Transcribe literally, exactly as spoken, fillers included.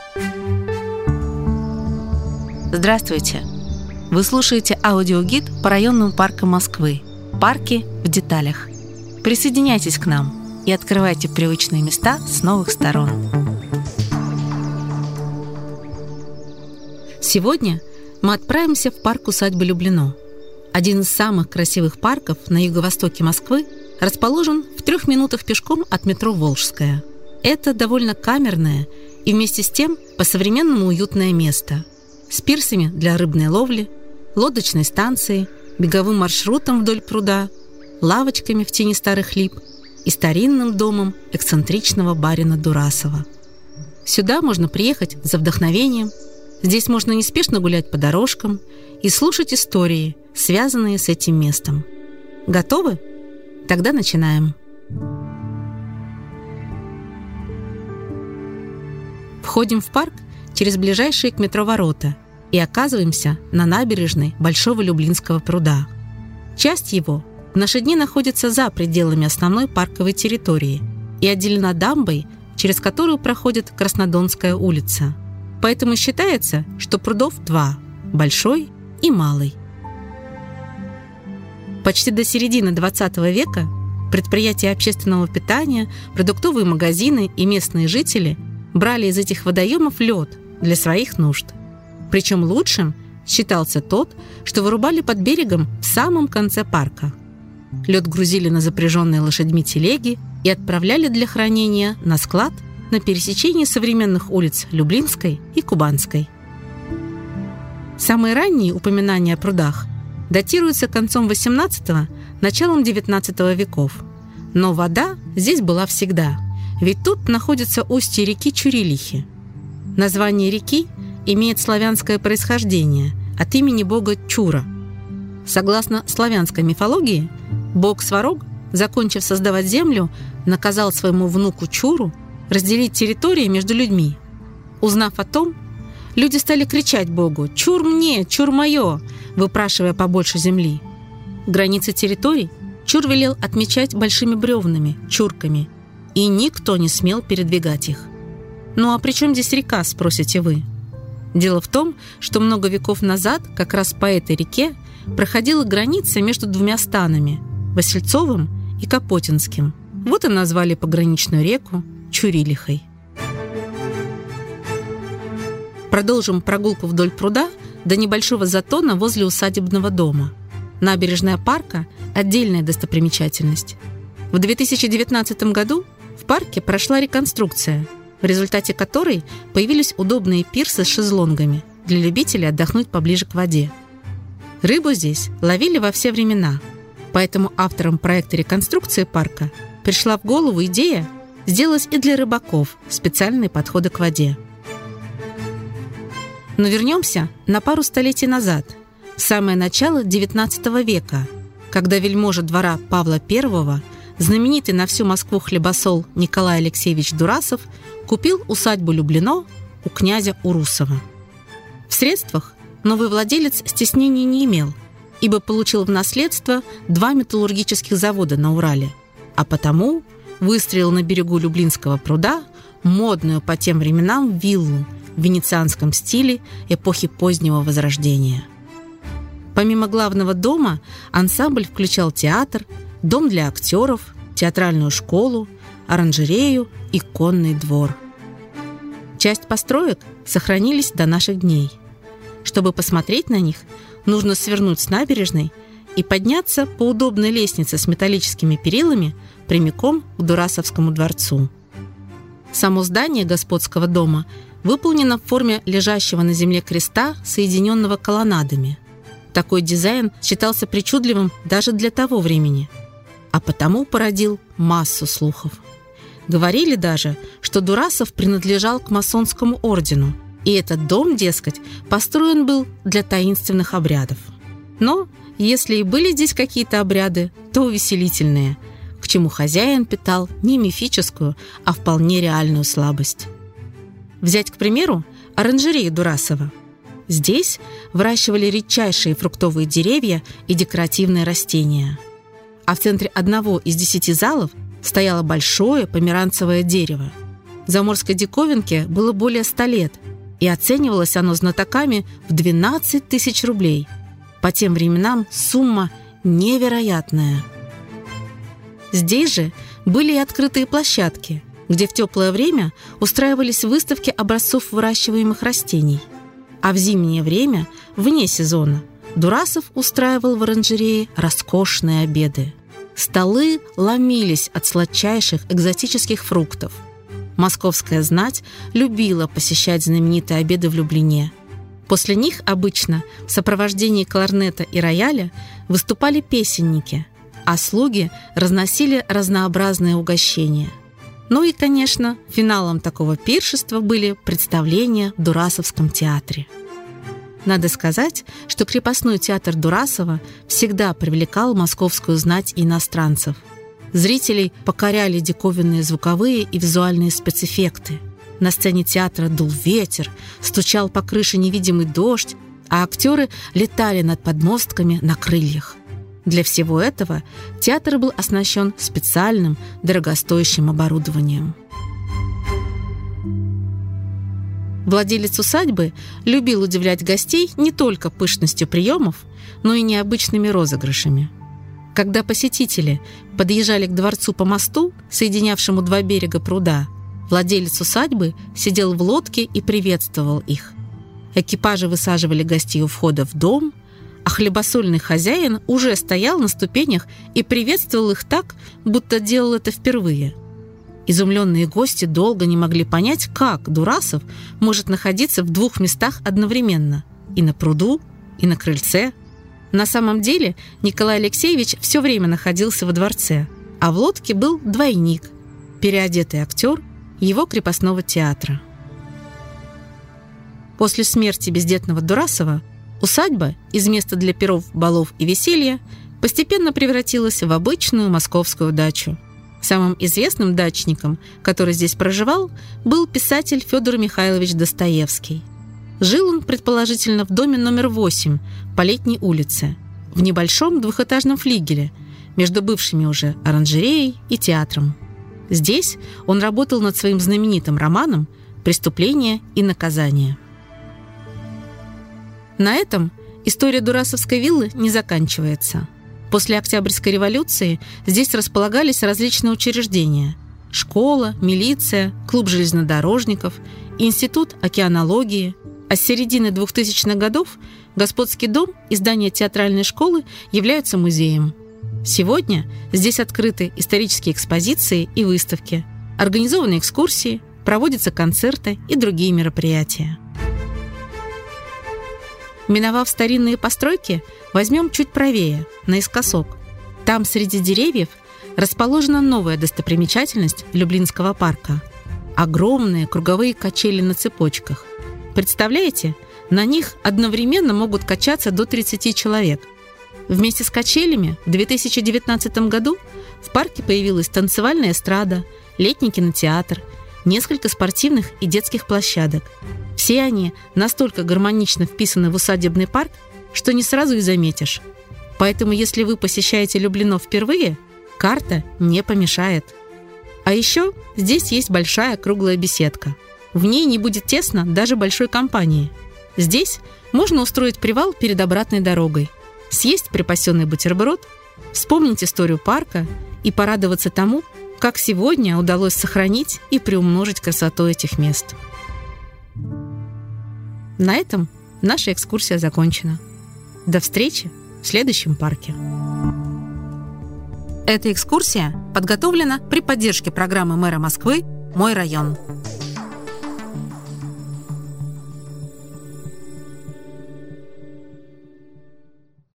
Здравствуйте! Вы слушаете аудиогид по районным паркам Москвы «Парки в деталях». Присоединяйтесь к нам и открывайте привычные места с новых сторон. Сегодня мы отправимся в парк усадьбы Люблино. Один из самых красивых парков на юго-востоке Москвы расположен в трех минутах пешком от метро «Волжская». Это довольно камерное и вместе с тем по-современному уютное место с пирсами для рыбной ловли, лодочной станцией, беговым маршрутом вдоль пруда, лавочками в тени старых лип и старинным домом эксцентричного барина Дурасова. Сюда можно приехать за вдохновением. Здесь можно неспешно гулять по дорожкам и слушать истории, связанные с этим местом. Готовы? Тогда начинаем. Входим в парк через ближайшие к метро ворота и оказываемся на набережной Большого Люблинского пруда. Часть его в наши дни находится за пределами основной парковой территории и отделена дамбой, через которую проходит Краснодонская улица. Поэтому считается, что прудов два – Большой и Малый. Почти до середины двадцатого века предприятия общественного питания, продуктовые магазины и местные жители брали из этих водоемов лед для своих нужд. Причем лучшим считался тот, что вырубали под берегом в самом конце парка. Лед грузили на запряженные лошадьми телеги и отправляли для хранения на склад на пересечении современных улиц Люблинской и Кубанской. Самые ранние упоминания о прудах датируются концом восемнадцатого – началом девятнадцатого веков. Но вода здесь была всегда, ведь тут находится устье реки Чурилихи. Название реки имеет славянское происхождение от имени бога Чура. Согласно славянской мифологии, бог Сварог, закончив создавать землю, наказал своему внуку Чуру разделить территории между людьми. Узнав о том, люди стали кричать богу «Чур мне! Чур мое!», выпрашивая побольше земли. Границы территорий Чур велел отмечать большими бревнами, чурками, и никто не смел передвигать их. Ну а при чем здесь река, спросите вы? Дело в том, что много веков назад как раз по этой реке проходила граница между двумя станами – Васильцовым и Капотинским. Вот и назвали пограничную реку Чурилихой. Продолжим прогулку вдоль пруда до небольшого затона возле усадебного дома. Набережная парка – отдельная достопримечательность. В две тысячи девятнадцатом году в парке прошла реконструкция, в результате которой появились удобные пирсы с шезлонгами для любителей отдохнуть поближе к воде. Рыбу здесь ловили во все времена, поэтому авторам проекта реконструкции парка пришла в голову идея сделать и для рыбаков специальные подходы к воде. Но вернемся на пару столетий назад, в самое начало девятнадцатого века, когда вельможа двора Павла Первого, знаменитый на всю Москву хлебосол Николай Алексеевич Дурасов, купил усадьбу Люблино у князя Урусова. В средствах новый владелец стеснений не имел, ибо получил в наследство два металлургических завода на Урале, а потому выстроил на берегу Люблинского пруда модную по тем временам виллу в венецианском стиле эпохи позднего Возрождения. Помимо главного дома, ансамбль включал театр, дом для актеров, театральную школу, оранжерею и конный двор. Часть построек сохранились до наших дней. Чтобы посмотреть на них, нужно свернуть с набережной и подняться по удобной лестнице с металлическими перилами прямиком к Дурасовскому дворцу. Само здание господского дома выполнено в форме лежащего на земле креста, соединенного колоннадами. Такой дизайн считался причудливым даже для того времени, а потому породил массу слухов. Говорили даже, что Дурасов принадлежал к масонскому ордену, и этот дом, дескать, построен был для таинственных обрядов. Но если и были здесь какие-то обряды, то увеселительные, к чему хозяин питал не мифическую, а вполне реальную слабость. Взять, к примеру, оранжерею Дурасова. Здесь выращивали редчайшие фруктовые деревья и декоративные растения. А в центре одного из десяти залов стояло большое померанцевое дерево. заморской диковинке было более ста лет, и оценивалось оно знатоками в двенадцать тысяч рублей. По тем временам сумма невероятная. Здесь же были и открытые площадки, где в теплое время устраивались выставки образцов выращиваемых растений. А в зимнее время, вне сезона, Дурасов устраивал в оранжерее роскошные обеды. Столы ломились от сладчайших экзотических фруктов. Московская знать любила посещать знаменитые обеды в Люблине. После них обычно в сопровождении кларнета и рояля выступали песенники, а слуги разносили разнообразные угощения. Ну и, конечно, финалом такого пиршества были представления в Дурасовском театре. Надо сказать, что крепостной театр Дурасова всегда привлекал московскую знать и иностранцев. Зрителей покоряли диковинные звуковые и визуальные спецэффекты. На сцене театра дул ветер, стучал по крыше невидимый дождь, а актеры летали над подмостками на крыльях. Для всего этого театр был оснащен специальным дорогостоящим оборудованием. Владелец усадьбы любил удивлять гостей не только пышностью приемов, но и необычными розыгрышами. Когда посетители подъезжали к дворцу по мосту, соединявшему два берега пруда, владелец усадьбы сидел в лодке и приветствовал их. Экипажи высаживали гостей у входа в дом, а хлебосольный хозяин уже стоял на ступенях и приветствовал их так, будто делал это впервые. Изумленные гости долго не могли понять, как Дурасов может находиться в двух местах одновременно – и на пруду, и на крыльце. На самом деле Николай Алексеевич все время находился во дворце, а в лодке был двойник – переодетый актер его крепостного театра. После смерти бездетного Дурасова усадьба из места для пиров, балов и веселья постепенно превратилась в обычную московскую дачу. Самым известным дачником, который здесь проживал, был писатель Федор Михайлович Достоевский. Жил он, предположительно, в доме номер восемь по Летней улице, в небольшом двухэтажном флигеле между бывшими уже оранжереей и театром. Здесь он работал над своим знаменитым романом «Преступление и наказание». На этом история Дурасовской виллы не заканчивается. После Октябрьской революции здесь располагались различные учреждения – школа, милиция, клуб железнодорожников, институт океанологии. А с середины двухтысячных годов Господский дом и здание театральной школы являются музеем. Сегодня здесь открыты исторические экспозиции и выставки, организованы экскурсии, проводятся концерты и другие мероприятия. Миновав старинные постройки, возьмем чуть правее, наискосок. Там среди деревьев расположена новая достопримечательность Люблинского парка – огромные круговые качели на цепочках. Представляете, на них одновременно могут качаться до тридцати человек. Вместе с качелями в две тысячи девятнадцатом году в парке появилась танцевальная эстрада, летний кинотеатр, несколько спортивных и детских площадок. Все они настолько гармонично вписаны в усадебный парк, что не сразу и заметишь. Поэтому, если вы посещаете Люблино впервые, карта не помешает. А еще здесь есть большая круглая беседка. В ней не будет тесно даже большой компании. Здесь можно устроить привал перед обратной дорогой, съесть припасенный бутерброд, вспомнить историю парка и порадоваться тому, как сегодня удалось сохранить и приумножить красоту этих мест. На этом наша экскурсия закончена. До встречи в следующем парке. Эта экскурсия подготовлена при поддержке программы мэра Москвы «Мой район».